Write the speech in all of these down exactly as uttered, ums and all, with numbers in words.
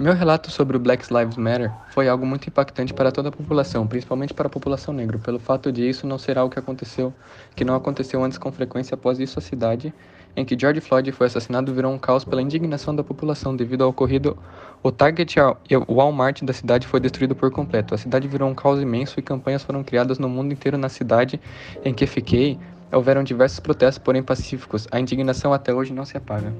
Meu relato sobre o Black Lives Matter foi algo muito impactante para toda a população, principalmente para a população negra, pelo fato de isso não ser algo que aconteceu, que não aconteceu antes com frequência. Após isso, a cidade em que George Floyd foi assassinado virou um caos pela indignação da população devido ao ocorrido. O Target e o Walmart da cidade foi destruído por completo. A cidade virou um caos imenso e campanhas foram criadas no mundo inteiro. Na cidade em que fiquei, houveram diversos protestos, porém pacíficos. A indignação até hoje não se apaga.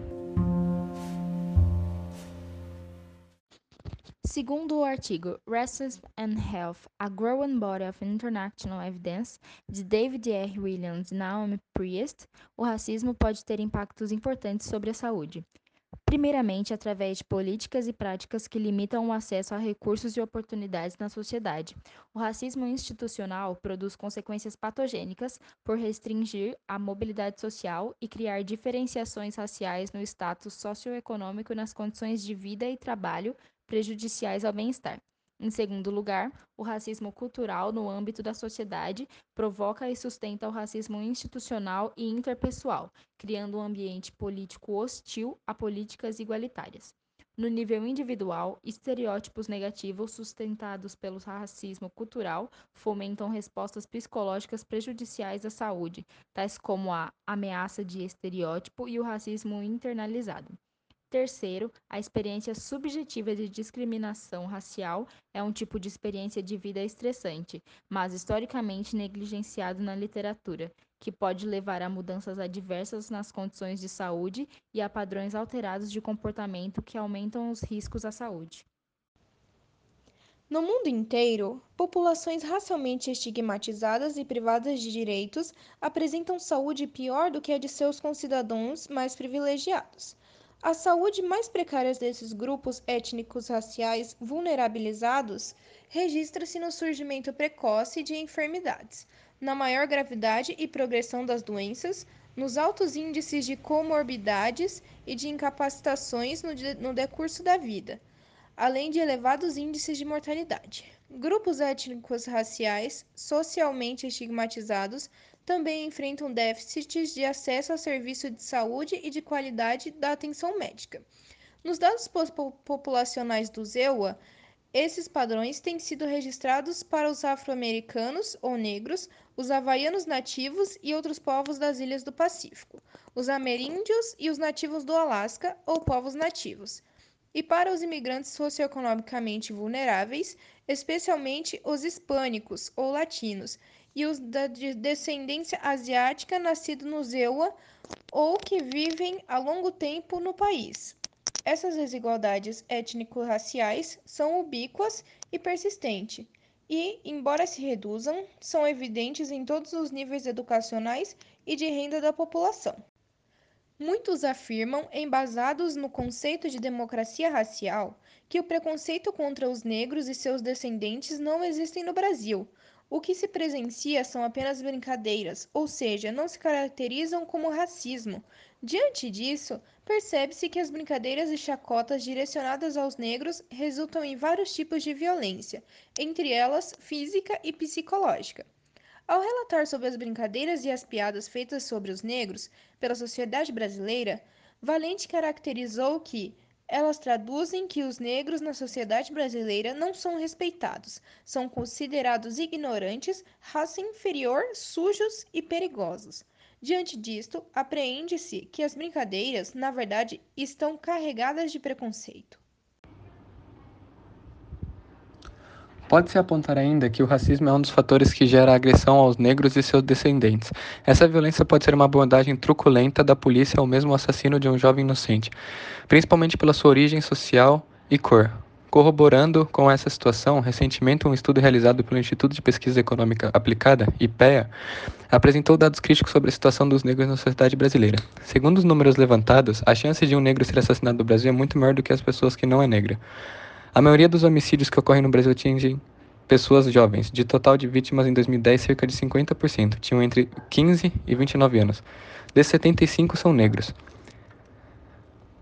Segundo o artigo Racism and Health, A Growing Body of International Evidence, de David R. Williams e Naomi Priest, o racismo pode ter impactos importantes sobre a saúde. Primeiramente, através de políticas e práticas que limitam o acesso a recursos e oportunidades na sociedade. O racismo institucional produz consequências patogênicas por restringir a mobilidade social e criar diferenciações raciais no status socioeconômico e nas condições de vida e trabalho prejudiciais ao bem-estar. Em segundo lugar, o racismo cultural no âmbito da sociedade provoca e sustenta o racismo institucional e interpessoal, criando um ambiente político hostil a políticas igualitárias. No nível individual, estereótipos negativos sustentados pelo racismo cultural fomentam respostas psicológicas prejudiciais à saúde, tais como a ameaça de estereótipo e o racismo internalizado. Terceiro, a experiência subjetiva de discriminação racial é um tipo de experiência de vida estressante, mas historicamente negligenciado na literatura, que pode levar a mudanças adversas nas condições de saúde e a padrões alterados de comportamento que aumentam os riscos à saúde. No mundo inteiro, populações racialmente estigmatizadas e privadas de direitos apresentam saúde pior do que a de seus concidadãos mais privilegiados. A saúde mais precária desses grupos étnicos raciais vulnerabilizados registra-se no surgimento precoce de enfermidades, na maior gravidade e progressão das doenças, nos altos índices de comorbidades e de incapacitações no, de, no decurso da vida, além de elevados índices de mortalidade. Grupos étnicos raciais socialmente estigmatizados também enfrentam déficits de acesso a serviços de saúde e de qualidade da atenção médica. Nos dados populacionais do ZEUA, esses padrões têm sido registrados para os afro-americanos ou negros, os havaianos nativos e outros povos das ilhas do Pacífico, os ameríndios e os nativos do Alasca ou povos nativos, e para os imigrantes socioeconomicamente vulneráveis, especialmente os hispânicos ou latinos, e os da descendência asiática nascidos no ZEUA ou que vivem há longo tempo no país. Essas desigualdades étnico-raciais são ubíquas e persistentes, e, embora se reduzam, são evidentes em todos os níveis educacionais e de renda da população. Muitos afirmam, embasados no conceito de democracia racial, que o preconceito contra os negros e seus descendentes não existem no Brasil. O que se presencia são apenas brincadeiras, ou seja, não se caracterizam como racismo. Diante disso, percebe-se que as brincadeiras e chacotas direcionadas aos negros resultam em vários tipos de violência, entre elas física e psicológica. Ao relatar sobre as brincadeiras e as piadas feitas sobre os negros pela sociedade brasileira, Valente caracterizou que elas traduzem que os negros na sociedade brasileira não são respeitados, são considerados ignorantes, raça inferior, sujos e perigosos. Diante disto, apreende-se que as brincadeiras, na verdade, estão carregadas de preconceito. Pode-se apontar ainda que o racismo é um dos fatores que gera a agressão aos negros e seus descendentes. Essa violência pode ser uma abordagem truculenta da polícia ou mesmo o assassino de um jovem inocente, principalmente pela sua origem social e cor. Corroborando com essa situação, recentemente um estudo realizado pelo Instituto de Pesquisa Econômica Aplicada, IPEA, apresentou dados críticos sobre a situação dos negros na sociedade brasileira. Segundo os números levantados, a chance de um negro ser assassinado no Brasil é muito maior do que as pessoas que não é negra. A maioria dos homicídios que ocorrem no Brasil atingem pessoas jovens. De total de vítimas em dois mil e dez, cerca de cinquenta por cento tinham entre quinze e vinte e nove anos. Desses, setenta e cinco são negros.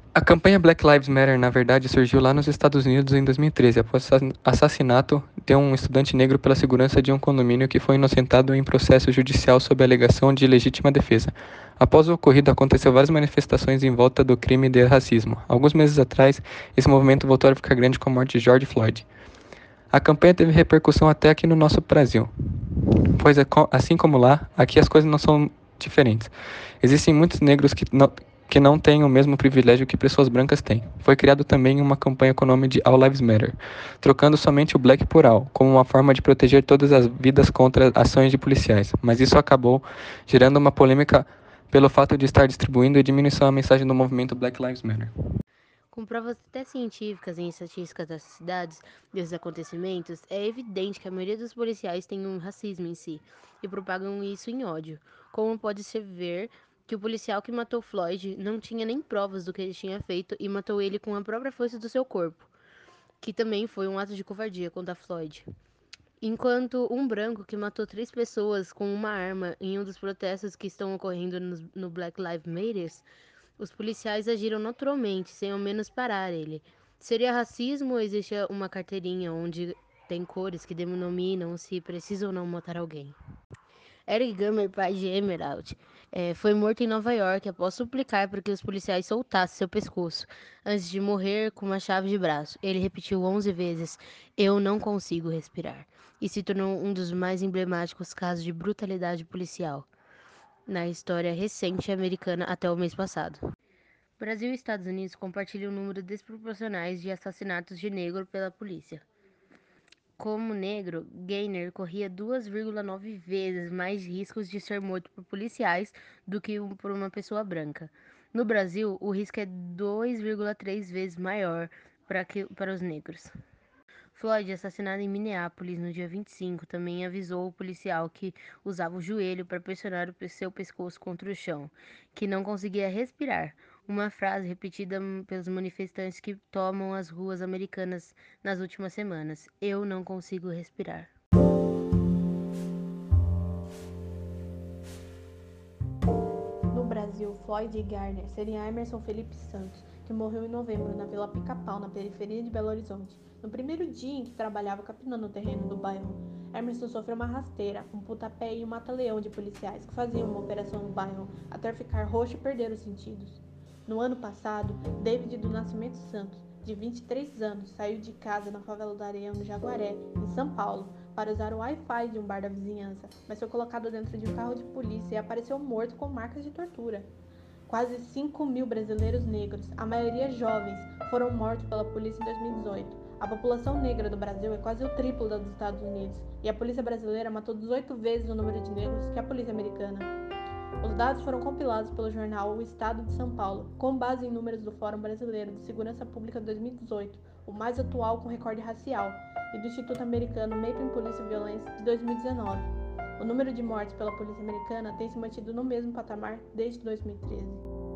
A campanha Black Lives Matter, na verdade, surgiu lá nos Estados Unidos em dois mil e treze, após o assassinato de um estudante negro pela segurança de um condomínio que foi inocentado em processo judicial sob a alegação de legítima defesa. Após o ocorrido, aconteceu várias manifestações em volta do crime de racismo. Alguns meses atrás, esse movimento voltou a ficar grande com a morte de George Floyd. A campanha teve repercussão até aqui no nosso Brasil, pois assim como lá, aqui as coisas não são diferentes. Existem muitos negros que não, que não têm o mesmo privilégio que pessoas brancas têm. Foi criado também uma campanha com o nome de All Lives Matter, trocando somente o black por all, como uma forma de proteger todas as vidas contra ações de policiais. Mas isso acabou gerando uma polêmica pelo fato de estar distribuindo e diminuição a mensagem do movimento Black Lives Matter. Com provas até científicas e estatísticas das cidades desses acontecimentos, é evidente que a maioria dos policiais tem um racismo em si e propagam isso em ódio. Como pode-se ver que o policial que matou Floyd não tinha nem provas do que ele tinha feito e matou ele com a própria força do seu corpo, que também foi um ato de covardia contra Floyd. Enquanto um branco que matou três pessoas com uma arma em um dos protestos que estão ocorrendo no, no Black Lives Matter, os policiais agiram naturalmente, sem ao menos parar ele. Seria racismo ou existe uma carteirinha onde tem cores que denominam se precisa ou não matar alguém? Eric Gummer, pai de Emerald, é, foi morto em Nova York após suplicar para que os policiais soltassem seu pescoço antes de morrer com uma chave de braço. Ele repetiu onze vezes: "Eu não consigo respirar", e se tornou um dos mais emblemáticos casos de brutalidade policial na história recente americana até o mês passado. Brasil e Estados Unidos compartilham um número desproporcionais de assassinatos de negro pela polícia. Como negro, Gaynor corria duas vírgula nove vezes mais riscos de ser morto por policiais do que por uma pessoa branca. No Brasil, o risco é dois vírgula três vezes maior para, que, para os negros. Floyd, assassinado em Minneapolis no dia vinte e cinco, também avisou o policial que usava o joelho para pressionar o seu pescoço contra o chão, que não conseguia respirar. Uma frase repetida pelos manifestantes que tomam as ruas americanas nas últimas semanas: "Eu não consigo respirar". No Brasil, Floyd e Garner seria Emerson Felipe Santos, que morreu em novembro na Vila Pica-Pau, na periferia de Belo Horizonte. No primeiro dia em que trabalhava capinando o terreno do bairro, Emerson sofreu uma rasteira, um pontapé e um mata-leão de policiais que faziam uma operação no bairro até ficar roxo e perder os sentidos. No ano passado, David do Nascimento Santos, de vinte e três anos, saiu de casa na favela do Areião, no Jaguaré, em São Paulo, para usar o Wi-Fi de um bar da vizinhança, mas foi colocado dentro de um carro de polícia e apareceu morto com marcas de tortura. Quase cinco mil brasileiros negros, a maioria jovens, foram mortos pela polícia em dois mil e dezoito. A população negra do Brasil é quase o triplo da dos Estados Unidos, e a polícia brasileira matou dezoito vezes o número de negros que a polícia americana. Os dados foram compilados pelo jornal O Estado de São Paulo, com base em números do Fórum Brasileiro de Segurança Pública dois mil e dezoito, o mais atual com recorde racial, e do Instituto Americano Mapping Police Violence de dois mil e dezenove. O número de mortes pela polícia americana tem se mantido no mesmo patamar desde dois mil e treze.